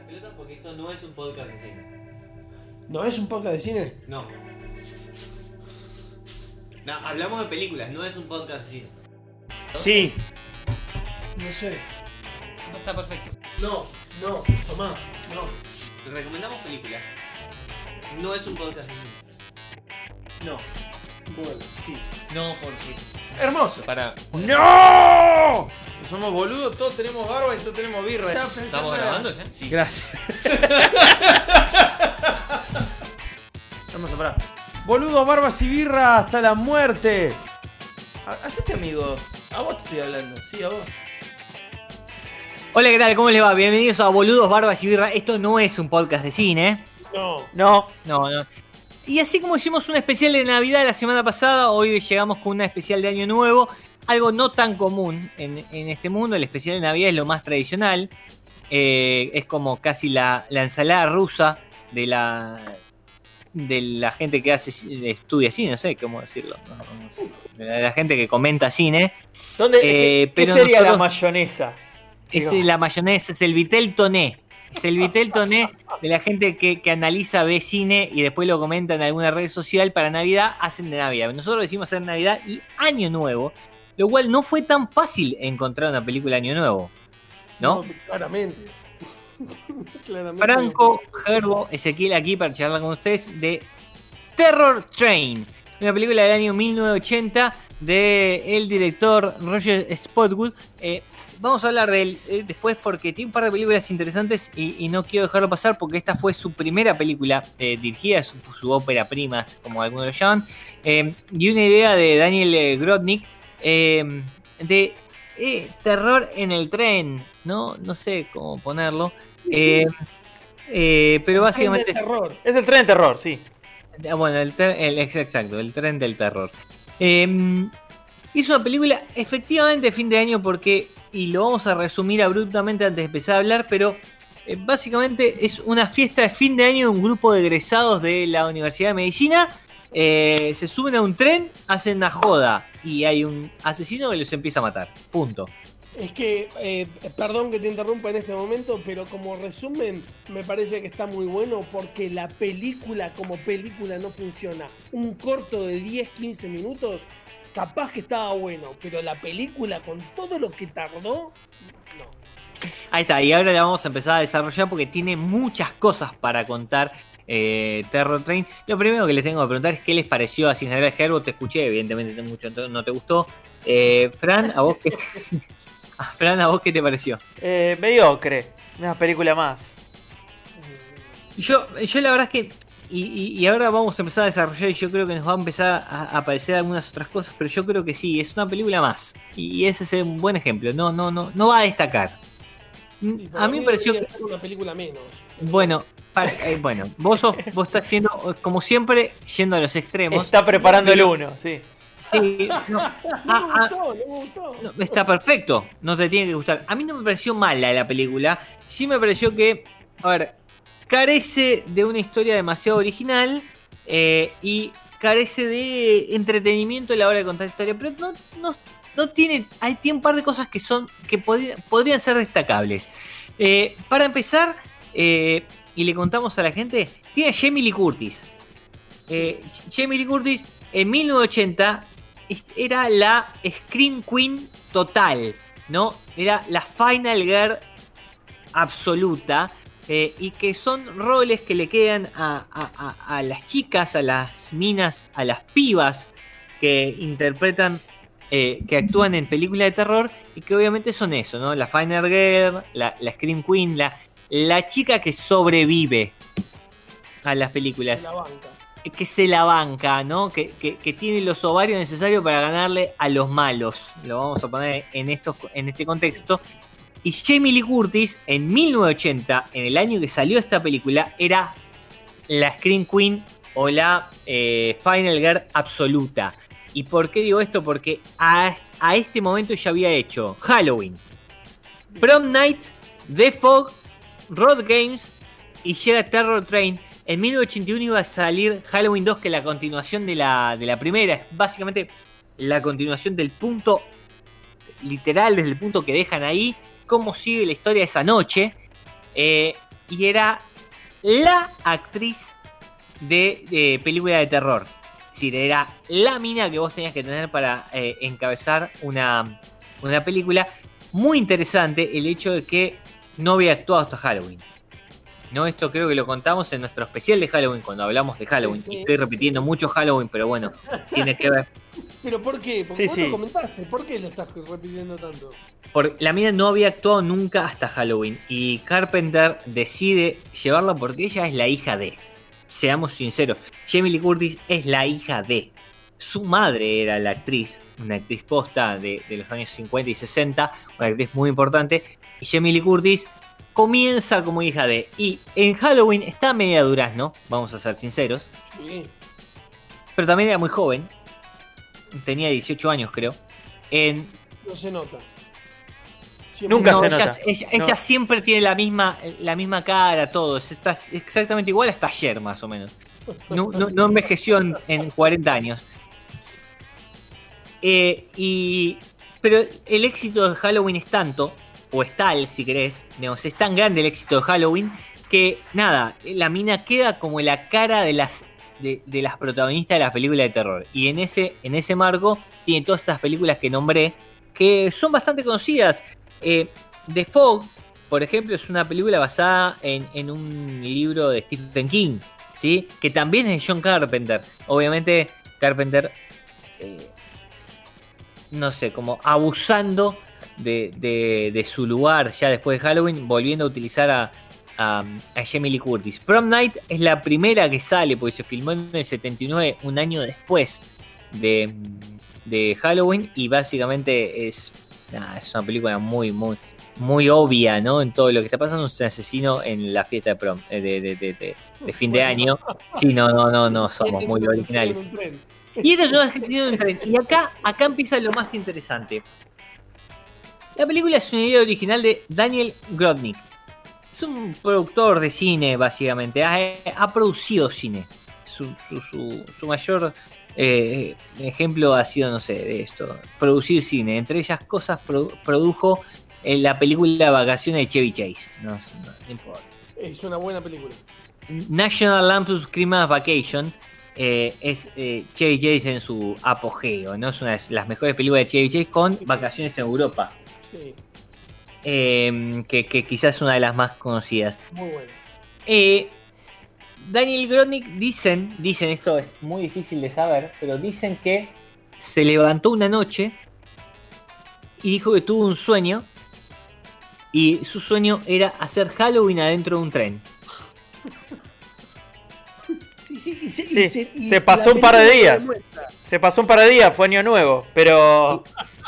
pelotas porque esto no es un podcast de cine. ¿No es un podcast de cine? No. No, hablamos de películas, no es un podcast de cine. ¿No? Sí. No sé. No, está perfecto. No, tomá, no. Recomendamos películas. No es un podcast de cine. No. Bueno, Sí. No, porque... Hermoso. Para... ¡No! Somos boludos, todos tenemos barba y todos tenemos birra. ¿Estamos grabando ya? Sí. Gracias. Hermoso, pará. Boludos, barbas y birra hasta la muerte. Hacete amigo. A vos te estoy hablando. Sí, a vos. Hola, ¿qué tal? ¿Cómo les va? Bienvenidos a Boludos, Barbas y Birra. Esto no es un podcast de cine. no. No. No. Y así como hicimos un especial de Navidad la semana pasada, hoy llegamos con una especial de Año Nuevo. Algo no tan común en este mundo. El especial de Navidad es lo más tradicional. Es como casi la ensalada rusa de la gente que estudia cine, no sé cómo decirlo. No sé. De la gente que comenta cine. ¿Qué pero sería la nosotros- mayonesa? La mayonesa, es el Vitel Toné. Es el Vitel Toné de la gente que analiza, ve cine y después lo comenta en alguna red social para Navidad, hacen de Navidad. Nosotros decimos hacer Navidad y Año Nuevo, lo cual no fue tan fácil encontrar una película Año Nuevo, ¿no? Claramente. Claramente. Franco, Gerbo, Ezequiel aquí para charlar con ustedes de Terror Train, una película del año 1980 del director Roger Spotwood. Vamos a hablar de él después porque tiene un par de películas interesantes y no quiero dejarlo pasar porque esta fue su primera película dirigida, su ópera prima, como algunos lo llaman, y una idea de Daniel Grodnik de terror en el tren, no sé cómo ponerlo. Sí. Pero básicamente Terror. Es el tren de terror, sí. bueno, exacto, el tren del terror. Hizo una película efectivamente de fin de año porque, y lo vamos a resumir abruptamente antes de empezar a hablar, pero básicamente es una fiesta de fin de año de un grupo de egresados de la Universidad de Medicina. Se suben a un tren, hacen una joda y hay un asesino que los empieza a matar. Punto. Es que, perdón que te interrumpa en este momento, pero como resumen me parece que está muy bueno porque la película como película no funciona. Un corto de 10-15 minutos, capaz que estaba bueno, pero la película con todo lo que tardó, no. Ahí está, y ahora la vamos a empezar a desarrollar porque tiene muchas cosas para contar. Terror Train. Lo primero que les tengo que preguntar es qué les pareció así en general. Gerbo, te escuché, evidentemente mucho no te gustó. Fran, ¿a vos qué? Fran, ¿a vos qué te pareció? Mediocre. Una película más. Yo la verdad es que y ahora vamos a empezar a desarrollar y yo creo que nos va a empezar a aparecer algunas otras cosas, pero yo creo que sí, es una película más y ese es un buen ejemplo. No va a destacar. Y A mí me pareció debería ser una película menos. bueno, vos estás siendo, como siempre, yendo a los extremos. Está preparando el uno, sí. Sí, no, No me gustó. no, está perfecto, no te tiene que gustar. A mí no me pareció mala la película, sí me pareció que, a ver, carece de una historia demasiado original y carece de entretenimiento a la hora de contar la historia, pero no tiene, tiene un par de cosas que podrían ser destacables. Para empezar, y le contamos a la gente, tiene a Jamie Lee Curtis. Jamie Lee Curtis en 1980 era la Scream Queen total, ¿no? Era la Final Girl absoluta. Y que son roles que le quedan a las chicas, a las minas, a las pibas que interpretan, que actúan en películas de terror y que obviamente son eso, ¿no? La Final Girl, la Scream Queen, la chica que sobrevive a las películas. La banca. Que se la banca, ¿no? Que tiene los ovarios necesarios para ganarle a los malos. Lo vamos a poner en este contexto. Y Jamie Lee Curtis, en 1980, en el año que salió esta película, era la Scream Queen o la Final Girl absoluta. ¿Y por qué digo esto? Porque a este momento ya había hecho Halloween, Prom Night, The Fog, Road Games y llega Terror Train. En 1981 iba a salir Halloween 2, que es la continuación de la primera. Es básicamente la continuación del punto literal, desde el punto que dejan ahí, cómo sigue la historia de esa noche. y era la actriz de película de terror. Es decir, era la mina que vos tenías que tener para encabezar una película. Muy interesante el hecho de que no había actuado hasta Halloween. No, esto creo que lo contamos en nuestro especial de Halloween, cuando hablamos de Halloween. Y estoy repitiendo mucho Halloween, pero bueno, tiene que ver. ¿Pero por qué? Porque Sí, vos sí. lo comentaste. ¿Por qué lo estás repitiendo tanto? La mina no había actuado nunca hasta Halloween. Y Carpenter decide llevarla porque ella es la hija de. Seamos sinceros, Jamie Lee Curtis es la hija de. Su madre era la actriz, una actriz posta de los años 50 y 60, una actriz muy importante. Y Jamie Lee Curtis comienza como hija de. Y en Halloween está media durazno, vamos a ser sinceros. Sí. Pero también era muy joven. Tenía 18 años, creo. No se nota. Nunca se ella, nota. ella No. siempre tiene la misma cara, todo. Está exactamente igual hasta ayer, más o menos. No envejeció en 40 años. Pero el éxito de Halloween es tanto, o es tal, si querés, digamos, es tan grande el éxito de Halloween, que nada, la mina queda como la cara de las protagonistas de las películas de terror. Y en ese marco tiene todas estas películas que nombré, que son bastante conocidas. The Fog, por ejemplo, es una película basada en un libro de Stephen King, ¿sí? Que también es de John Carpenter. Obviamente Carpenter, no sé, como abusando de su lugar ya después de Halloween, volviendo a utilizar a Jamie Lee Curtis. Prom Night es la primera que sale, porque se filmó en el 79, un año después de Halloween, y básicamente es una película muy obvia, ¿no? En todo lo que está pasando, es un asesino en la fiesta de prom, de fin de año. Sí, no somos muy originales. Y esto es un asesino en un tren. Y acá empieza lo más interesante. La película es una idea original de Daniel Grodnik. Es un productor de cine, básicamente. Ha producido cine. Su mayor ejemplo ha sido, no sé, de esto. Producir cine. Entre ellas cosas produjo la película Vacaciones de Chevy Chase. No importa. Es una buena película. National Lampoon's Christmas Vacation es Chevy Chase en su apogeo, ¿no? Es una de las mejores películas de Chevy Chase con Vacaciones en Europa. Sí. Que quizás es una de las más conocidas. Muy buena. Daniel Grodnik dicen, esto es muy difícil de saber, pero dicen que se levantó una noche y dijo que tuvo un sueño, y su sueño era hacer Halloween adentro de un tren. Sí, Se pasó un par de días. Se pasó un par de días, fue año nuevo, pero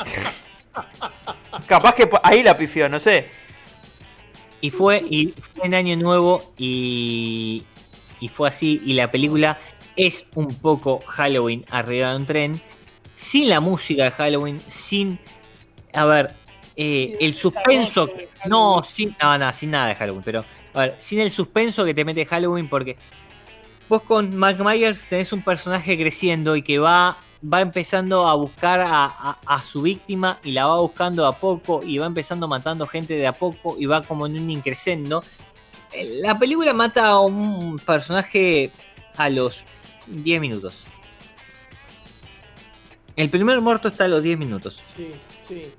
capaz que ahí la pifió, no sé. Y fue en año nuevo y fue así, y la película es un poco Halloween arriba de un tren, sin la música de Halloween, sin, a ver, el suspenso, sin nada de Halloween, pero a ver, sin el suspenso que te mete Halloween, porque vos con Mike Myers tenés un personaje creciendo y que va empezando a buscar a su víctima, y la va buscando a poco, y va empezando matando gente de a poco, y va como en un increscendo. La película mata a un personaje a los 10 minutos. El primer muerto está a los 10 minutos. Sí.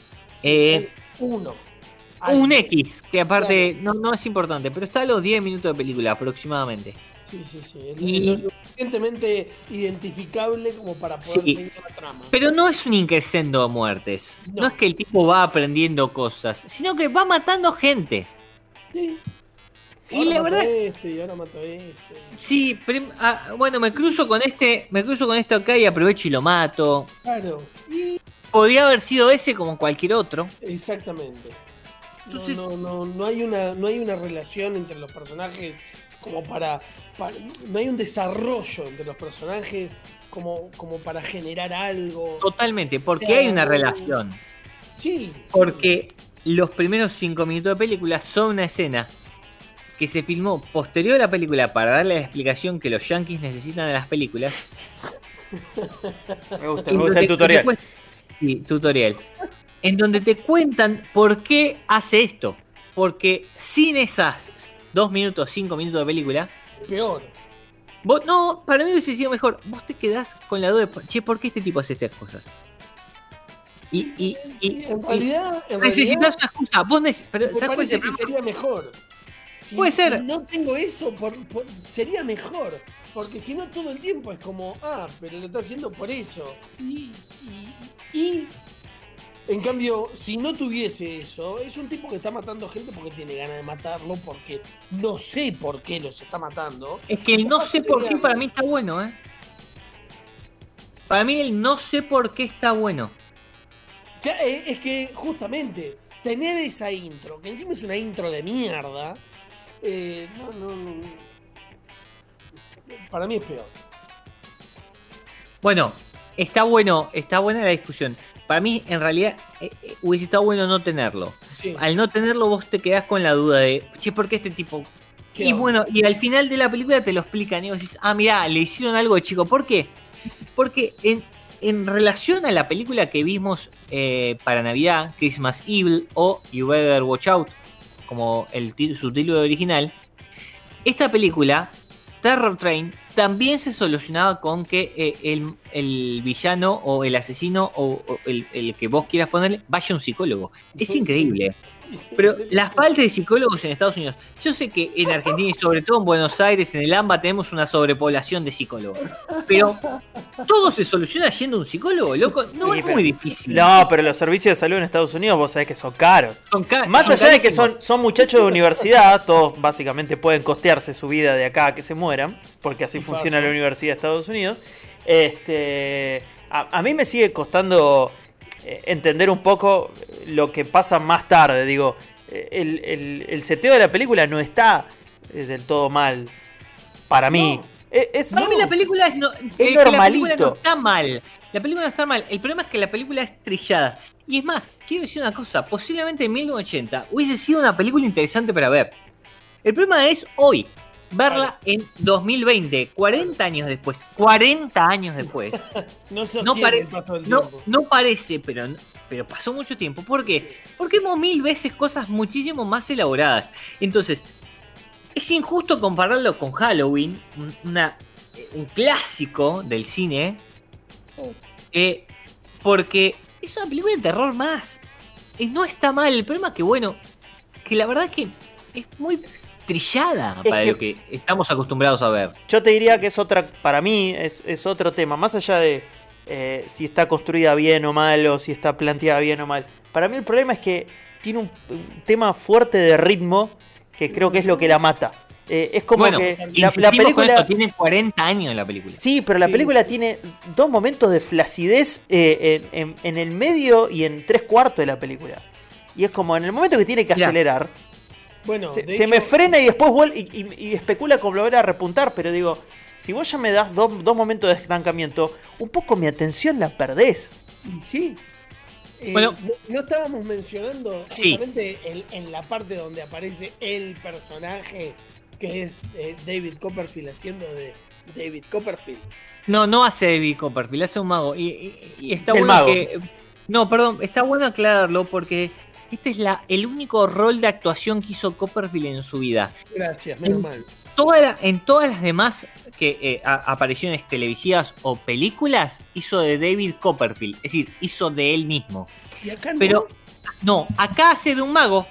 Un X, que aparte no es importante, pero está a los 10 minutos de película aproximadamente. Sí. Es lo suficientemente identificable como para poder seguir la trama. Pero no es un increscendo de muertes. No es que el tipo va aprendiendo cosas, sino que va matando gente. Sí. Y la verdad, y ahora mato a este. Sí, bueno, me cruzo con este acá y aprovecho y lo mato. Claro. Y Podría haber sido ese como cualquier otro. exactamente. Entonces, no hay una relación entre los personajes como para no hay un desarrollo entre los personajes como para generar algo. totalmente, porque hay una relación. Sí. Porque los primeros 5 minutos de película son una escena que se filmó posterior a la película para darle la explicación que los yankees necesitan de las películas. Me gusta el tutorial. Sí, tutorial. En donde te cuentan por qué hace esto. Porque sin 2 minutos, 5 minutos de película, Peor. vos, no, para mí hubiese sido mejor. Vos te quedás con la duda de, che, ¿por qué este tipo hace estas cosas? Y En realidad, necesitas una excusa. Pero me ¿sabes cuál es parece el que problema? sería mejor. Puede ser. Si no tengo eso, sería mejor. Porque si no, todo el tiempo es como, pero lo está haciendo por eso. Y en cambio, si no tuviese eso, es un tipo que está matando gente porque tiene ganas de matarlo, porque no sé por qué los está matando. Es que el no sé por qué para mí está bueno, ¿eh? Para mí el no sé por qué está bueno. Es que justamente tener esa intro, que encima es una intro de mierda, no. Para mí es peor. Bueno, está buena la discusión. Para mí, en realidad, hubiese estado bueno no tenerlo. Sí. Al no tenerlo, vos te quedás con la duda de, che, ¿por qué este tipo? Y onda? bueno, y al final de la película te lo explican y vos decís, mirá, le hicieron algo de chico. ¿Por qué? Porque en relación a la película que vimos para Navidad, Christmas Evil o You Better Watch Out, como su título original, esta película, Terror Train, también se solucionaba con que el villano o el asesino o el que vos quieras ponerle vaya a un psicólogo. Es increíble. Pero la falta de psicólogos en Estados Unidos. Yo sé que en Argentina y sobre todo en Buenos Aires, en el AMBA, tenemos una sobrepoblación de psicólogos. Pero todo se soluciona yendo a un psicólogo, loco. No Sí, es pero- muy difícil. No, pero los servicios de salud en Estados Unidos vos sabés que son caros. Más son allá de que carísimos. son muchachos de universidad, todos básicamente pueden costearse su vida de acá a que se mueran, porque así funciona la Universidad de Estados Unidos. A mí me sigue costando entender un poco lo que pasa más tarde. Digo, el seteo de la película no está del todo mal para mí. Para mí la película es la normalito. película no está mal. La película no está mal. El problema es que la película es trillada. Y es más, quiero decir una cosa. Posiblemente en 1980 hubiese sido una película interesante para ver. El problema es hoy. Verla en 2020, 40 años después. 40 años después. No parece, pero pasó mucho tiempo. ¿Por qué? Porque vemos 1000 veces cosas muchísimo más elaboradas. Entonces, es injusto compararlo con Halloween, un clásico del cine, porque es una película de terror más. No está mal. El problema es que, bueno, que la verdad que es muy trillada para lo que estamos acostumbrados a ver. Yo te diría que para mí es otro tema, más allá de si está construida bien o mal o si está planteada bien o mal. Para mí el problema es que tiene un tema fuerte de ritmo que creo que es lo que la mata. Es como que la película tiene 40 años la película. Sí, pero la película tiene dos momentos de flacidez en el medio y en 3/4 de la película. Y es como en el momento que tiene que acelerar. Bueno, se me frena y después vuelve y especula con volver a repuntar, pero digo, si vos ya me das dos momentos de estancamiento, un poco mi atención la perdés. Sí. Bueno, no estábamos mencionando justamente en la parte donde aparece el personaje que es David Copperfield haciendo de David Copperfield. No hace David Copperfield, hace un mago. Y está El bueno mago. que. No, perdón, está bueno aclararlo porque este es el único rol de actuación que hizo Copperfield en su vida. Gracias, menos mal. En todas las demás apariciones televisivas o películas hizo de David Copperfield, es decir, hizo de él mismo. Y acá no. Pero no, acá hace de un mago.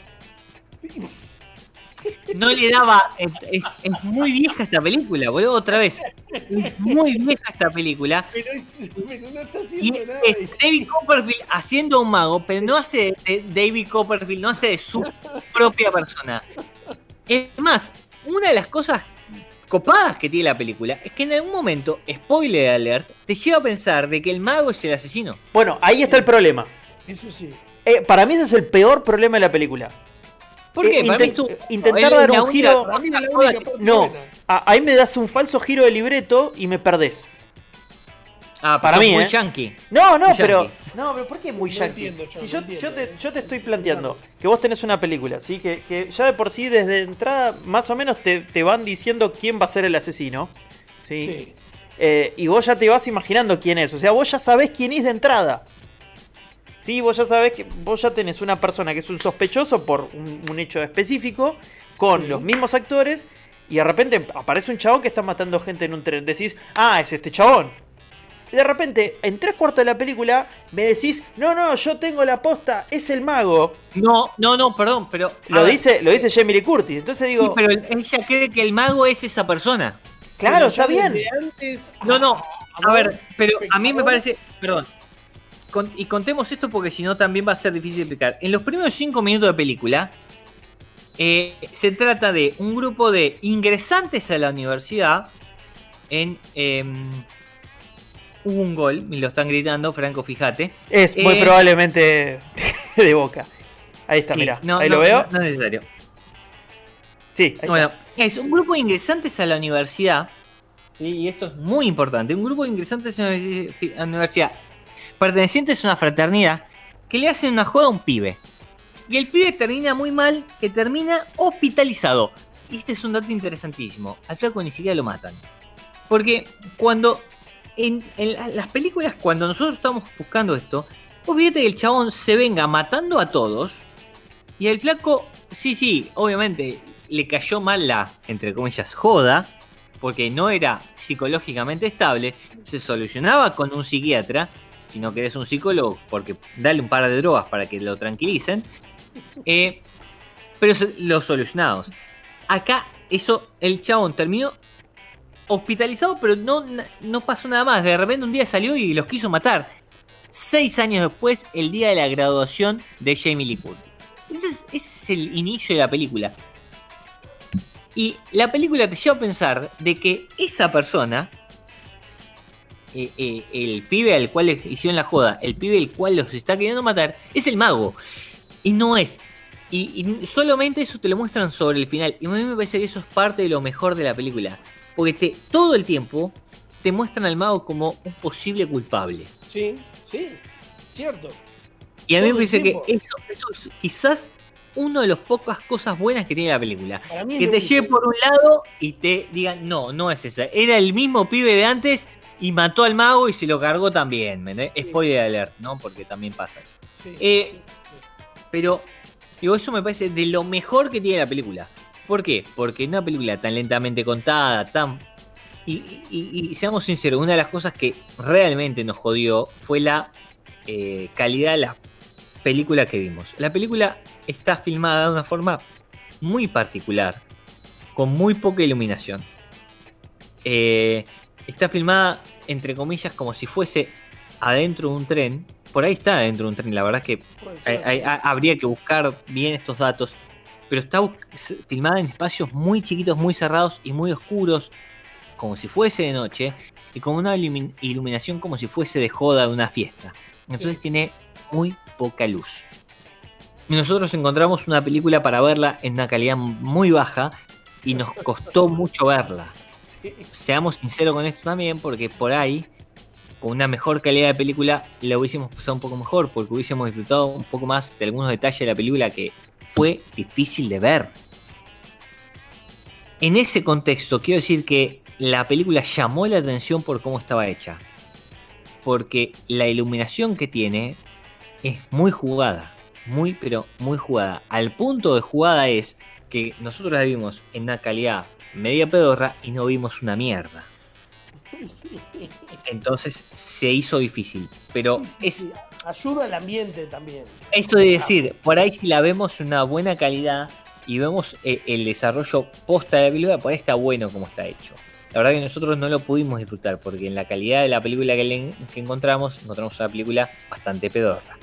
No le daba. Es muy vieja esta película, boludo, otra vez. Es muy vieja esta película. Pero no está Y haciendo nada. es David Copperfield haciendo un mago, pero no hace de David Copperfield, no hace de su propia persona. Es más, una de las cosas copadas que tiene la película es que en algún momento, spoiler alert, te lleva a pensar de que el mago es el asesino. Bueno, ahí está el problema. Eso sí. Para mí ese es el peor problema de la película. ¿Por qué? Para mí Intentar dar un giro. Para mí es la única parte No, buena. ahí me das un falso giro de libreto y me perdés. Para mí, muy yankee. No, Muy pero yankee. ¿por qué muy No yankee? entiendo, yo Si no entiendo. yo te estoy planteando que vos tenés una película, ¿sí? Que ya de por sí desde entrada más o menos te van diciendo quién va a ser el asesino, ¿sí? Sí. Y vos ya te vas imaginando quién es, o sea, vos ya sabés quién es de entrada. Sí, vos ya sabés que vos ya tenés una persona que es un sospechoso por un hecho específico, con Sí. los mismos actores, y de repente aparece un chabón que está matando gente en un tren. Decís, es este chabón. Y de repente, en 3/4 de la película, me decís, no, yo tengo la posta, es el mago. No, perdón, pero. Lo dice Jamie Lee Curtis. Entonces Sí, digo, pero ella cree que el mago es esa persona. claro, Pero está ya bien. desde antes, No, a ver, pero a mí me espectador, parece. Perdón. Y contemos esto porque si no también va a ser difícil de explicar. En los primeros 5 minutos de película, se trata de un grupo de ingresantes a la universidad en. Hubo un gol, me lo están gritando, Franco, fíjate. Es muy probablemente de Boca. Ahí está, Sí, mirá. no, Ahí no, lo veo. No es necesario. Sí, ahí Bueno, es un grupo de ingresantes a la universidad, ¿sí? Y esto es muy importante, un grupo de ingresantes a la universidad pertenecientes a una fraternidad que le hacen una joda a un pibe. Y el pibe termina muy mal, que termina hospitalizado. Y este es un dato interesantísimo. Al flaco ni siquiera lo matan. Porque cuando en las películas, cuando nosotros estamos buscando esto, vos fíjate que el chabón se venga matando a todos. Y el flaco, sí, obviamente le cayó mal la, entre comillas, joda, porque no era psicológicamente estable, se solucionaba con un psiquiatra, si no querés un psicólogo, porque dale un par de drogas para que lo tranquilicen, pero lo solucionamos. Acá, el chabón terminó hospitalizado, pero no pasó nada más, de repente un día salió y los quiso matar. 6 años después, el día de la graduación de Jamie Lee Curtis. Ese es el inicio de la película. Y la película te lleva a pensar de que esa persona, el pibe al cual le hicieron la joda, el pibe al cual los está queriendo matar, es el mago. Y no es. Y solamente eso te lo muestran sobre el final. Y a mí me parece que eso es parte de lo mejor de la película. Porque todo el tiempo te muestran al mago como un posible culpable. Sí, cierto. Y a mí me Todo el parece que tiempo. eso es quizás una de las pocas cosas buenas que tiene la película. Para mí Que me te gusta. lleve por un lado y te digan, no es esa. Era el mismo pibe de antes y mató al mago y se lo cargó también. ¿Me entendés? Sí. Spoiler alert, ¿no? Porque también pasa. Sí. Pero, digo, eso me parece de lo mejor que tiene la película. ¿Por qué? Porque en una película tan lentamente contada, y seamos sinceros, una de las cosas que realmente nos jodió fue la calidad de la película que vimos. La película está filmada de una forma muy particular, con muy poca iluminación. Está filmada, entre comillas, como si fuese adentro de un tren. Por ahí está adentro de un tren, la verdad es que Puede ser. habría que buscar bien estos datos. Pero está filmada en espacios muy chiquitos, muy cerrados y muy oscuros, como si fuese de noche, y con una iluminación como si fuese de joda de una fiesta. Entonces tiene muy poca luz. Y nosotros encontramos una película para verla en una calidad muy baja y nos costó mucho verla. Sí. Seamos sinceros con esto también, porque por ahí, con una mejor calidad de película, la hubiésemos pasado un poco mejor, porque hubiésemos disfrutado un poco más de algunos detalles de la película que fue difícil de ver. En ese contexto, quiero decir que la película llamó la atención por cómo estaba hecha. Porque la iluminación que tiene es muy jugada. Muy, pero muy jugada. Al punto de jugada es que nosotros la vimos en una calidad media pedorra y no vimos una mierda. Entonces se hizo difícil. Pero Sí. Ayuda al ambiente también. esto de decir, por ahí si la vemos en una buena calidad y vemos el desarrollo posta de la película, por ahí está bueno como está hecho. La verdad que nosotros no lo pudimos disfrutar porque en la calidad de la película que encontramos una película bastante pedorra.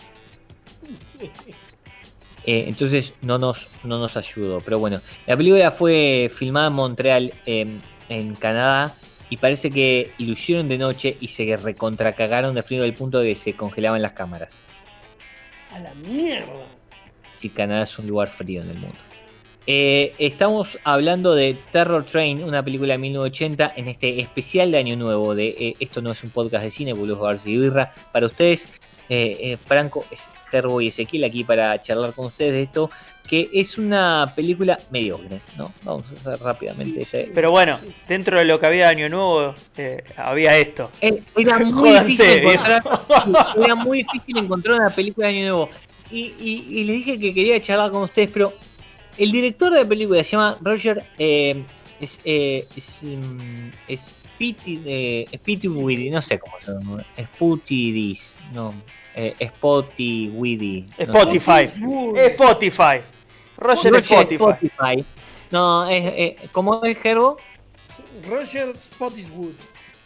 Entonces no nos ayudó. Pero bueno, la película fue filmada en Montreal, en Canadá, y parece que lo hicieron de noche y se recontracagaron de frío al punto de que se congelaban las cámaras. A la mierda. Si Canadá es un lugar frío en el mundo. Estamos hablando de Terror Train, una película de 1980, en este especial de Año Nuevo. Esto no es un podcast de cine, Boludos, Garza y Birra. Para ustedes, Franco, Gerbo y Ezequiel aquí para charlar con ustedes de esto, que es una película mediocre, ¿no? Vamos a hacer rápidamente ese. Pero bueno, dentro de lo que había de Año Nuevo, había esto. Era muy difícil encontrar una película de Año Nuevo. Y les dije que quería charlar con ustedes, pero el director de la película se llama Roger Spottiswoode, no sé cómo se llama. Spotidis, no. Spottiswoode. Spotify. Roger Spotify. No, ¿cómo es, Gerbo? Roger Spottiswoode.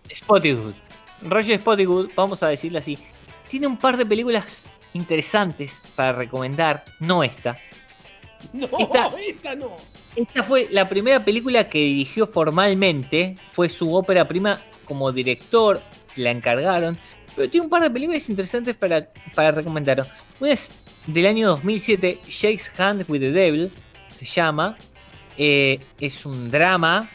Roger Spottiswoode, vamos a decirlo así. Tiene un par de películas interesantes para recomendar, no esta. No, esta no. Esta fue la primera película que dirigió formalmente, fue su ópera prima como director, se la encargaron, pero tiene un par de películas interesantes para recomendar. Una es del año 2007, Shakes Hand with the Devil, se llama, es un drama,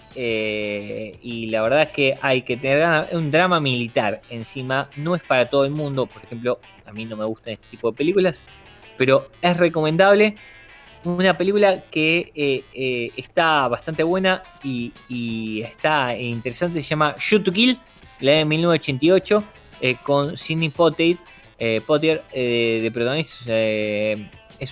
y la verdad es que hay que tener un drama militar encima, no es para todo el mundo, por ejemplo, a mí no me gustan este tipo de películas, pero es recomendable. Una película que está bastante buena y está interesante, se llama Shoot to Kill, la de 1988, con Sidney Poitier de protagonista. Es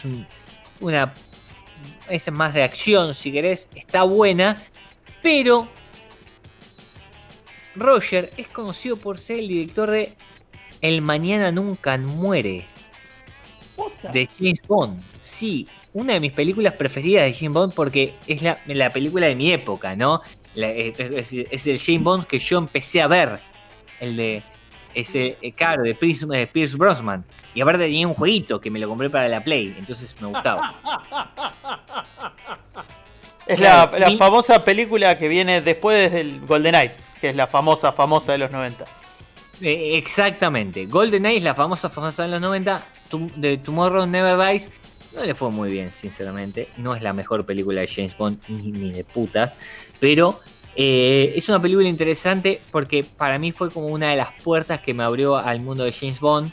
más de acción, si querés, está buena, pero Roger es conocido por ser el director de El Mañana Nunca Muere, ¿Posta? de James Bond. Sí, una de mis películas preferidas de James Bond porque es la película de mi época, ¿no? Es el James Bond que yo empecé a ver. El de claro, de Pierce Brosnan. Y aparte tenía un jueguito que me lo compré para la Play, entonces me gustaba. Es la famosa película que viene después del GoldenEye, que es la famosa de los 90. Exactamente. GoldenEye es la famosa de los 90. De Tomorrow Never Dies no le fue muy bien, sinceramente. No es la mejor película de James Bond, ni de puta. Pero es una película interesante porque para mí fue como una de las puertas que me abrió al mundo de James Bond.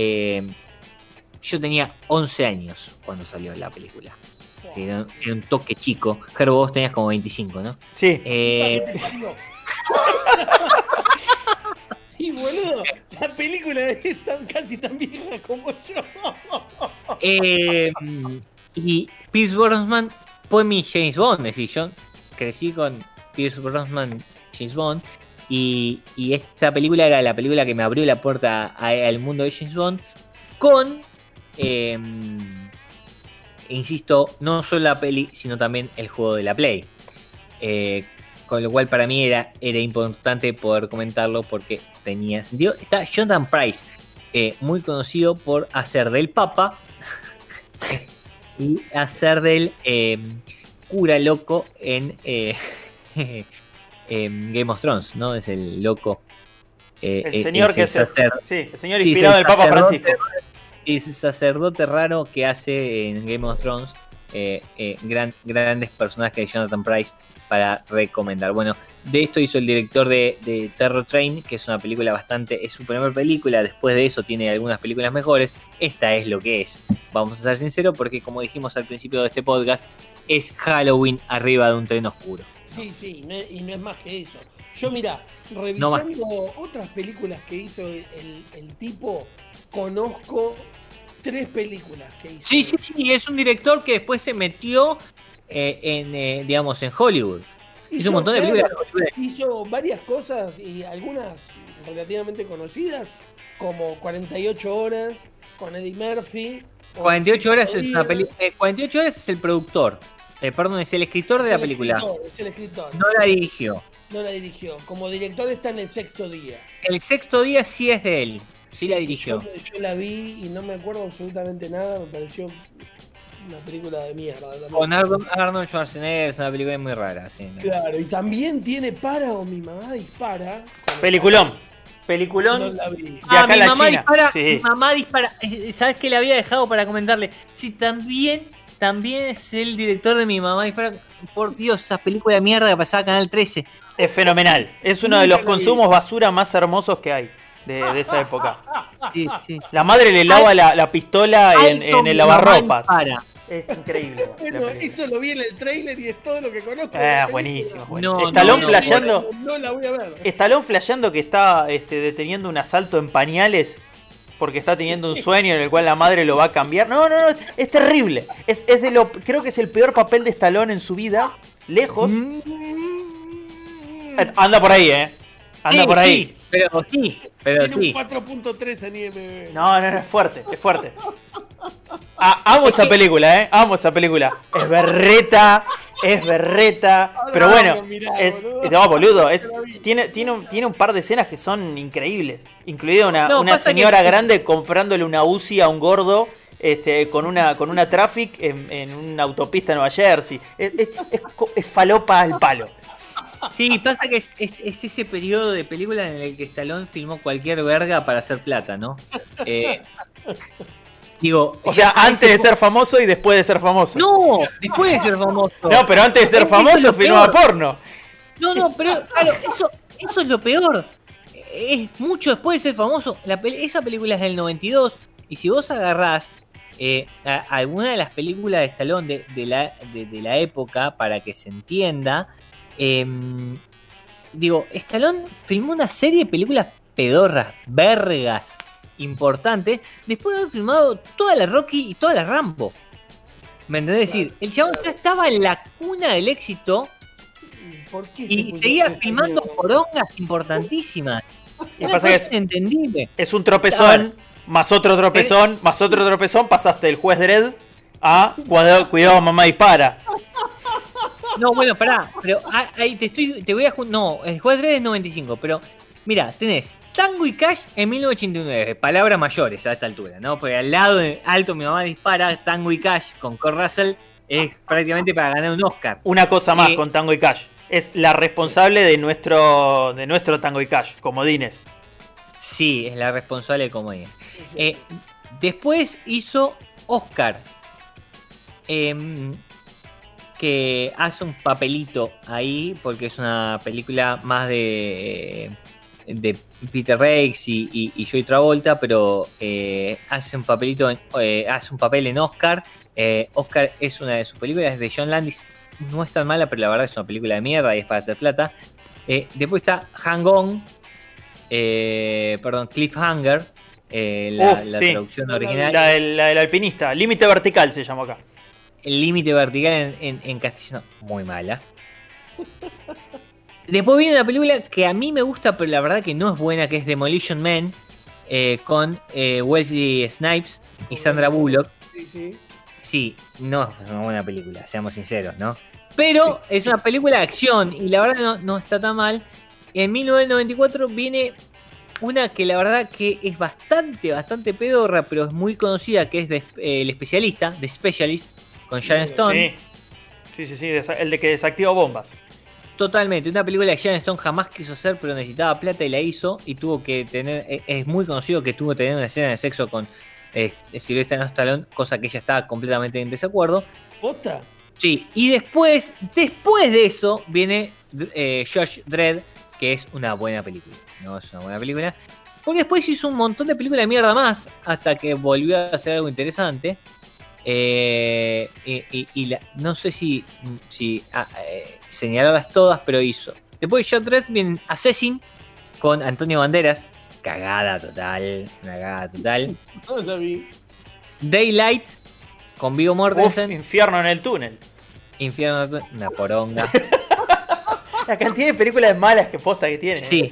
Yo tenía 11 años cuando salió la película. Sí, era un toque chico. Gerbo, vos tenías como 25, ¿no? Sí. Y boludo, la película es casi tan vieja como yo. Y Pierce Brosnan fue mi James Bond. Es decir, yo crecí con Pierce Brosnan, James Bond. Y esta película era la película que me abrió la puerta al mundo de James Bond. Con, insisto, no solo la peli, sino también el juego de la Play. Con lo cual para mí era importante poder comentarlo porque tenía sentido. Está Jonathan Pryce, muy conocido por hacer del Papa y hacer del cura loco en Game of Thrones, ¿no? Es el loco. El señor que es el señor sí, inspirado del Papa Francisco. Es el sacerdote raro que hace en Game of Thrones. Grandes personajes de Jonathan Pryce para recomendar. Bueno, de esto hizo el director de Terror Train, que es una película es su primera película. Después de eso tiene algunas películas mejores. Esta es lo que es, vamos a ser sinceros, porque como dijimos al principio de este podcast, es Halloween arriba de un tren oscuro. Sí, y no es más que eso. Yo mirá, revisando otras películas que hizo el tipo, conozco 3 películas que hizo. Sí, es un director que después se metió en Hollywood. Hizo un montón de películas. Hizo varias cosas y algunas relativamente conocidas, como 48 horas con Eddie Murphy. 48 horas es una película. 48 horas es el productor. Perdón, es el escritor de la película. Es el escritor. No la dirigió. Como director está en El Sexto Día. El Sexto Día sí es de él. Sí la dirigió. Yo la vi y no me acuerdo absolutamente nada. Me pareció una película de mierda. Con Arnold Schwarzenegger, es una película muy rara. Sí, ¿no? Claro, y también tiene Para o Mi Mamá Dispara. Peliculón. No la vi. Y acá mi la mamá China. dispara. Sí. Mi mamá dispara. ¿Sabes qué le había dejado para comentarle? Sí, también también es el director de Mi Mamá Dispara. Por Dios, esa película de mierda que pasaba Canal 13. Es fenomenal. Es uno de los consumos basura más hermosos que hay de esa época. Sí, sí. La madre le lava la pistola en el Mi lavarropas. Mamá Dispara. Es increíble. Bueno, eso lo vi en el trailer y es todo lo que conozco. de la película. Buenísimo. No, Stallone no, flasheando. No la voy a ver. Stallone flasheando que está deteniendo un asalto en pañales porque está teniendo un sueño en el cual la madre lo va a cambiar. No, es terrible. Creo que es el peor papel de Stallone en su vida, lejos. Anda por ahí, Anda Sí, por ahí. sí, pero sí. Tiene un 4.3 en IMDb. No, es fuerte, es fuerte. Amo esa película, amo esa película. Es berreta, pero No, bueno, mirá, no, boludo, tiene un par de escenas que son increíbles. Incluida una pasa señora que- grande comprándole una Uzi a un gordo con una traffic en una autopista en Nueva Jersey. Es falopa al palo. Sí, pasa que es ese periodo de películas en el que Stallone filmó cualquier verga para hacer plata, ¿no? Digo, O sea, antes de ser famoso y después de ser famoso. No, después de ser famoso. No, pero antes de ser Eso es famoso lo filmaba peor. porno. No, pero claro, eso es lo peor. Es mucho después de ser famoso. Esa película es del 92 y si vos agarrás alguna de las películas de Stallone de la época para que se entienda, digo, Stallone filmó una serie de películas pedorras, vergas, importantes, después de haber filmado toda la Rocky y toda la Rambo. ¿Me entendés? Es decir, el chabón ya estaba en la cuna del éxito ¿Por qué se y puso seguía esta filmando mierda? porongas importantísimas. Y Una pasa que cosa inentendible. es un tropezón, más otro tropezón, pasaste del juez Dredd a cuidado mamá dispara. No, bueno, pará, pero ahí te voy a no, el juez Dredd es 95, pero mira, tenés Tango y Cash en 1989, palabras mayores a esta altura, ¿no? Porque al lado de Alto Mi Mamá Dispara, Tango y Cash con Kurt Russell es prácticamente para ganar un Oscar. Una cosa más con Tango y Cash. Es la responsable de nuestro Tango y Cash, comodines. Sí, es la responsable de comedia. Después hizo Oscar, que hace un papelito ahí, porque es una película más de Peter Rakes y Joey Travolta, pero hace un papel en Oscar. Oscar es una de sus películas, es de John Landis. No es tan mala, pero la verdad es una película de mierda y es para hacer plata. Después está Hang On, Cliffhanger, la sí. traducción original. La del alpinista, Límite Vertical se llamó acá. El límite vertical en castellano, muy mala. Después viene una película que a mí me gusta, pero la verdad que no es buena, que es Demolition Man, con Wesley Snipes y Sandra Bullock. Sí. Sí, no es una buena película, seamos sinceros, ¿no? Pero es una película de acción y la verdad no está tan mal. En 1994 viene una que la verdad que es bastante pedorra, pero es muy conocida, que es El Especialista, The Specialist, con Sharon Stone. Sí, el de que desactiva bombas. Totalmente, una película que Sharon Stone jamás quiso hacer, pero necesitaba plata y la hizo. Y tuvo que tener, es muy conocido que tuvo que tener una escena de sexo con Sylvester Stallone, cosa que ella estaba completamente en desacuerdo. ¿Posta? Sí, y después de eso viene Judge Dredd, que es una buena película. No es una buena película. Porque después hizo un montón de películas de mierda más, hasta que volvió a hacer algo interesante. No sé si señalarlas todas, pero hizo. Después de Judge Dredd viene Assassin con Antonio Banderas. Cagada total. No la vi. Daylight con Viggo Mortensen. Infierno en el túnel. Infierno, una poronga. La cantidad de películas malas que posta que tiene. Sí.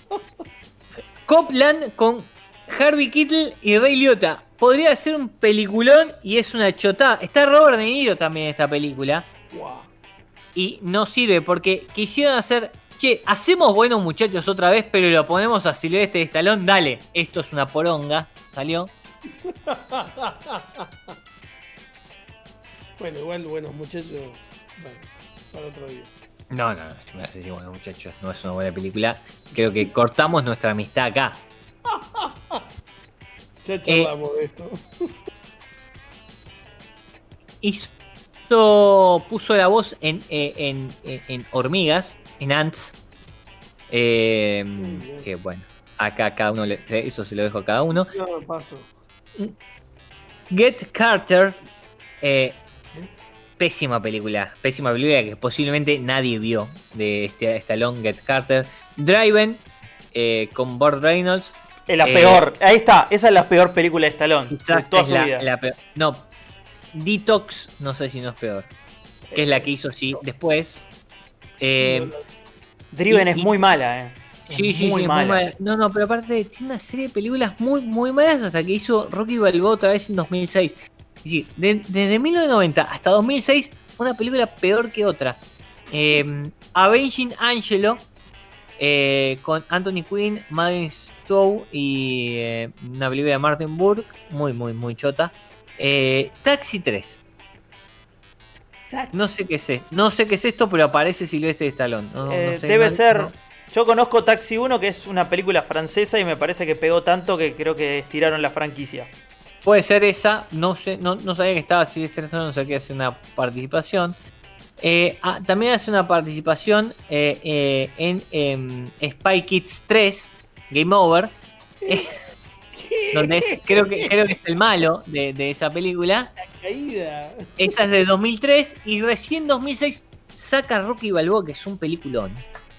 Copland con Harvey Keitel y Ray Liotta. Podría ser un peliculón y es una chotada. Está Robert De Niro también en esta película. Wow. Y no sirve porque quisieron hacer... Che, hacemos Buenos Muchachos otra vez, pero lo ponemos a Sylvester Stallone. Dale, esto es una poronga. Salió. Bueno, igual, buenos muchachos. Bueno, para otro día. No, me hace decir Buenos Muchachos. No es una buena película. Creo que cortamos nuestra amistad acá. Ya charlamos de esto. puso la voz en Hormigas, en Ants. Que bueno, acá cada uno, eso se lo dejo a cada uno. No, paso. Get Carter, pésima película que posiblemente nadie vio de Stallone. Get Carter. Driven, con Burt Reynolds. Es la peor, ahí está, esa es la peor película de Stallone. Quizás de toda es su vida. la peor. No, Detox, no sé si no es peor. Que es la que hizo después. Driven es muy mala, Sí, es muy es mala. muy mala. No, pero aparte tiene una serie de películas muy, muy malas hasta que hizo Rocky Balboa otra vez en 2006. Es decir, desde 1990 hasta 2006, una película peor que otra. Avenging Angelo, con Anthony Quinn, Madeleine Stowe y una película de Martin Burke, muy, muy, muy chota. Taxi 3. No sé qué es esto, pero aparece Sylvester Stallone. No sé, Debe ser. no. Yo conozco Taxi 1, que es una película francesa y me parece que pegó tanto que creo que estiraron la franquicia. Puede ser esa, no sé, no sabía que estaba Sylvester Stallone, no sabía que hace una participación. También hace una participación en Spy Kids 3, Game Over. Donde creo que es el malo de esa película. Caída. Esa es de 2003 y recién 2006 saca Rocky Balboa, que es un peliculón.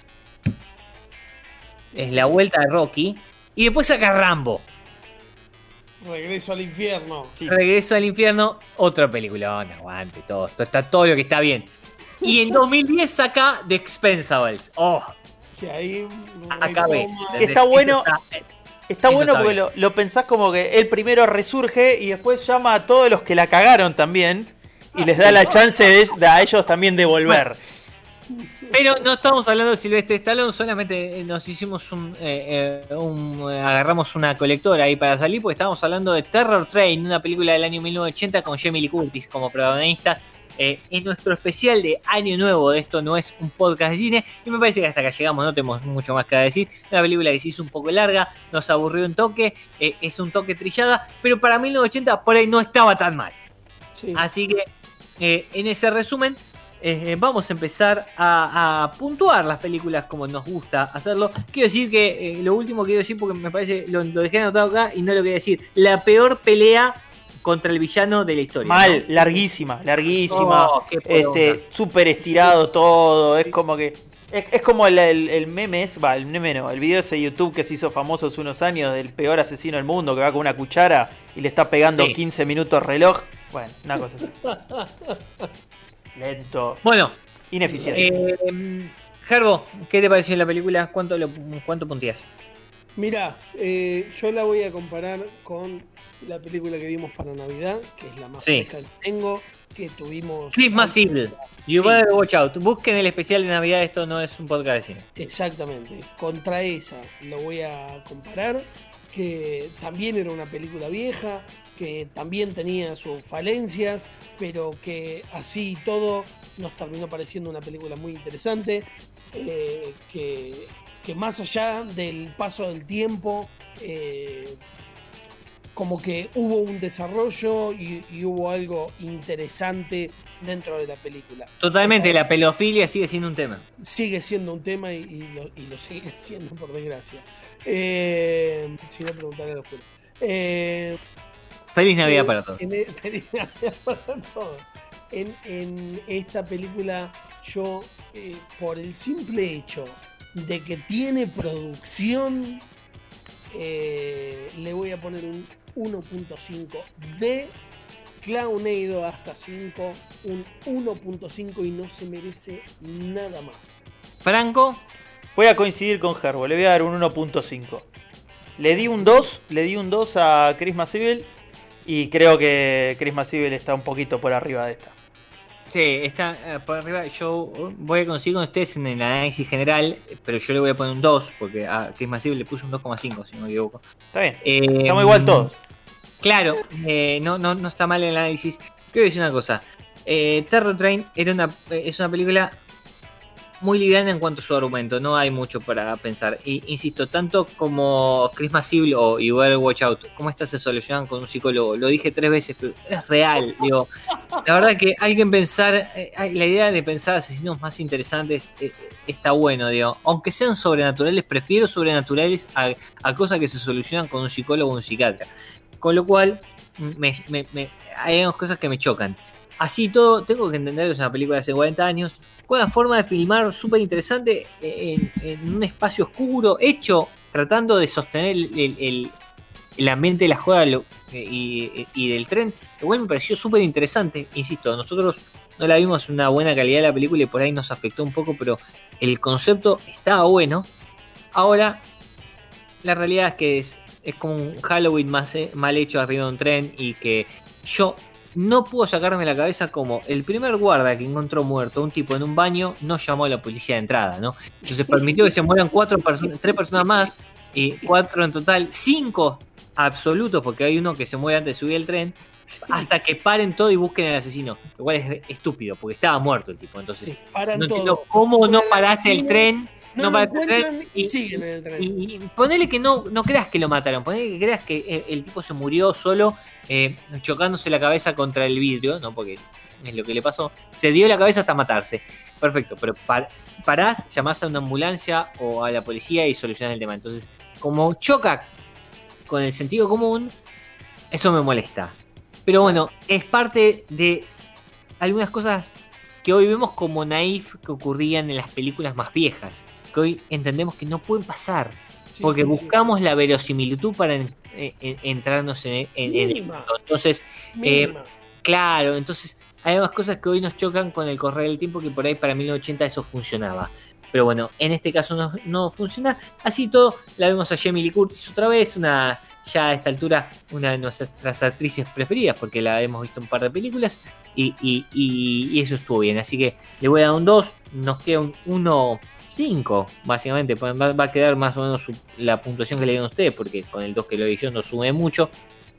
Es la vuelta de Rocky. Y después saca Rambo. Regreso al infierno. Sí. Regreso al infierno, otra peliculón, aguante, todo. Está todo lo que está bien. Y en 2010 saca The Expendables. Oh, Que ahí acabé. retoma- Que está bueno. Está Eso bueno está porque lo pensás como que él primero resurge y después llama a todos los que la cagaron también y les da la chance a ellos también de volver. Pero no estamos hablando de Sylvester Stallone, solamente nos hicimos agarramos una colectora ahí para salir, porque estábamos hablando de Terror Train, una película del año 1980 con Jamie Lee Curtis como protagonista. En nuestro especial de Año Nuevo, de Esto No Es un Podcast de Cine, y me parece que hasta acá llegamos, no tenemos mucho más que decir. Una película que se hizo un poco larga, nos aburrió un toque, es un toque trillada, pero para 1980 por ahí no estaba tan mal. Sí. Así que en ese resumen vamos a empezar a puntuar las películas como nos gusta hacerlo. Quiero decir que lo último que quiero decir, porque me parece lo dejé anotado acá y no lo quería decir, la peor pelea contra el villano de la historia. Mal, ¿no? larguísima, Oh, qué poronga. súper estirado todo, es como que es como el meme, el meme no, el video ese de YouTube que se hizo famoso hace unos años del peor asesino del mundo que va con una cuchara y le está pegando Sí. 15 minutos reloj. Bueno, una cosa así. Lento, Bueno, ineficiente. Gerbo, ¿qué te pareció la película? ¿Cuánto puntías? Mira, yo la voy a comparar con la película que vimos para Navidad, que es la más Sí. fresca que tengo, que tuvimos... Christmas Evil. You Sí. better watch out. Busquen el especial de Navidad, esto no es un podcast de cine. Exactamente, contra esa lo voy a comparar, que también era una película vieja, que también tenía sus falencias, pero que así y todo nos terminó pareciendo una película muy interesante, que más allá del paso del tiempo, como que hubo un desarrollo y hubo algo interesante dentro de la película. Totalmente, la pedofilia sigue siendo un tema. Sigue siendo un tema y lo sigue siendo, por desgracia. Si no, preguntarle a los curas. Feliz Navidad para todos. Feliz Navidad para todos. En esta película, yo, por el simple hecho de que tiene producción, le voy a poner un 1.5 de Clownado hasta 5, un 1.5 y no se merece nada más. Franco, Voy a coincidir con Gerbo, le voy a dar un 1.5. Le di un 2 a Christmas Evil y creo que Christmas Evil está un poquito por arriba de esta. sí, está por arriba. Yo voy a conseguir con ustedes en el análisis general, pero yo le voy a poner un 2, porque a Christmas Evil le puse un 2,5, si no me equivoco. Está bien, estamos igual todos. Claro, no está mal el análisis. Quiero decir una cosa. Terror Train es una película muy liviana en cuanto a su argumento, no hay mucho para pensar. Y insisto, tanto como Christmas Evil o You Better Watch Out, como estas se solucionan con un psicólogo, lo dije 3 veces, pero es real, digo. La verdad que hay que pensar, la idea de pensar asesinos más interesantes está bueno, digo. Aunque sean sobrenaturales, prefiero sobrenaturales a cosas que se solucionan con un psicólogo o un psiquiatra. Con lo cual, hay unas cosas que me chocan. Así todo, tengo que entender que es una película de hace 40 años, con una forma de filmar súper interesante en un espacio oscuro, hecho tratando de sostener el ambiente de la joda y del tren, lo cual me pareció súper interesante. Insisto, nosotros no la vimos en una buena calidad de la película y por ahí nos afectó un poco, pero el concepto estaba bueno. Ahora, la realidad es que es como un Halloween mal hecho arriba de un tren y que yo no puedo sacarme la cabeza como el primer guarda que encontró muerto a un tipo en un baño no llamó a la policía de entrada, ¿no? Entonces permitió que se mueran 3 personas más, y 4 en total, 5 absolutos, porque hay uno que se muere antes de subir el tren, hasta que paren todo y busquen al asesino, lo cual es estúpido, porque estaba muerto el tipo. Entonces, no entiendo cómo no parase el tren. No para el tren y siguen en el tren. Y ponele que no creas que lo mataron, ponele que creas que el tipo se murió solo chocándose la cabeza contra el vidrio, ¿no? Porque es lo que le pasó. Se dio la cabeza hasta matarse. Perfecto, pero parás, llamás a una ambulancia o a la policía y solucionás el tema. Entonces, como choca con el sentido común, eso me molesta. Pero bueno, es parte de algunas cosas que hoy vemos como naif que ocurrían en las películas más viejas, que hoy entendemos que no pueden pasar, porque buscamos la verosimilitud para entrarnos en el mundo. Entonces, claro, entonces hay más cosas que hoy nos chocan con el correr del tiempo, que por ahí para 1980 eso funcionaba. Pero bueno, en este caso no funciona. Así todo, la vemos a Jamie Lee Curtis otra vez, ya a esta altura una de nuestras actrices preferidas, porque la hemos visto en un par de películas, y eso estuvo bien. Así que le voy a dar un 2, nos queda un 1.5, básicamente. Va a quedar más o menos la puntuación que le dieron a ustedes, porque con el 2 que lo di yo no sube mucho.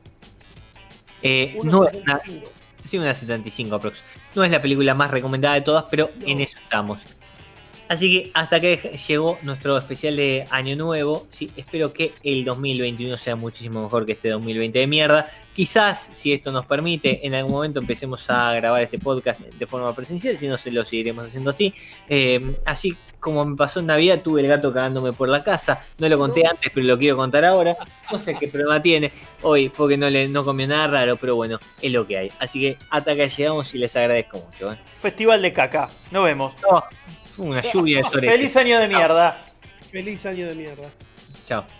No es una 75 aprox. No es la película más recomendada de todas, pero en eso estamos. Así que hasta que llegó nuestro especial de Año Nuevo. Sí, espero que el 2021 sea muchísimo mejor que este 2020 de mierda. Quizás, si esto nos permite, en algún momento empecemos a grabar este podcast de forma presencial. Si no, se lo seguiremos haciendo así. Así como me pasó en Navidad, tuve el gato cagándome por la casa. No lo conté antes, pero lo quiero contar ahora. No sé qué problema tiene hoy, porque no comió nada raro, pero bueno, es lo que hay. Así que hasta acá llegamos y les agradezco mucho. Festival de caca. Nos vemos. Una lluvia de orejas. Feliz año de mierda. Feliz año de mierda. Chao.